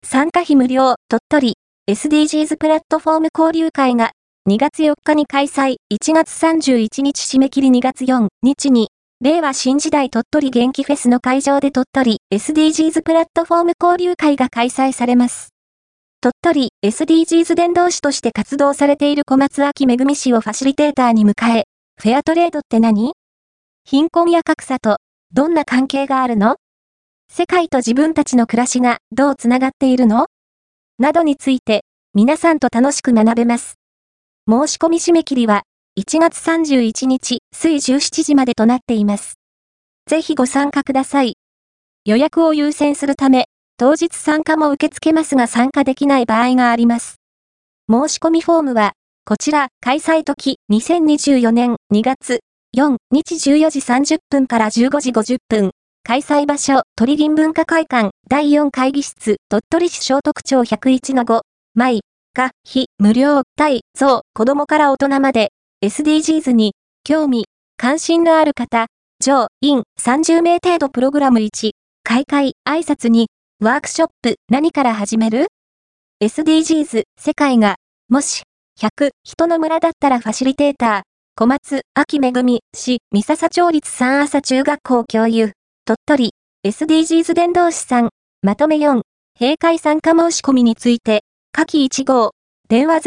参加費無料、鳥取 SDGs プラットフォーム交流会が2月4日に開催、1月31日締め切り2月4日に、令和新時代鳥取元気フェスの会場で鳥取 SDGs プラットフォーム交流会が開催されます。鳥取 SDGs 伝道師として活動されている小松明めぐみ氏をファシリテーターに迎え、フェアトレードって何？貧困や格差とどんな関係があるの？世界と自分たちの暮らしがどうつながっているの？などについて皆さんと楽しく学べます。申し込み締め切りは1月31日水17時までとなっています。ぜひご参加ください。予約を優先するため、当日参加も受け付けますが参加できない場合があります。申し込みフォームは、こちら、開催時2024年2月4日14時30分から15時50分。開催場所、鳥銀文化会館、第4会議室、鳥取市聖徳町 101-5、毎、が、非、無料、対、増、子供から大人まで、SDGs に、興味、関心のある方、乗員30名程度プログラム1、開会、挨拶に、ワークショップ、何から始める？ SDGs、世界が、もし、100、人の村だったらファシリテーター、小松、明めぐみ、市、三笹町立三朝中学校教諭。鳥取 SDGs 伝道師さん、まとめ4、閉会参加申し込みについて、下記1号、電話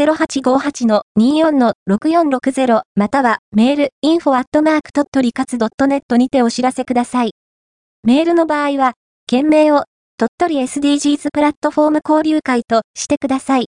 0858-24-6460 またはメール info@鳥取活.net にてお知らせください。メールの場合は、件名を鳥取 SDGs プラットフォーム交流会としてください。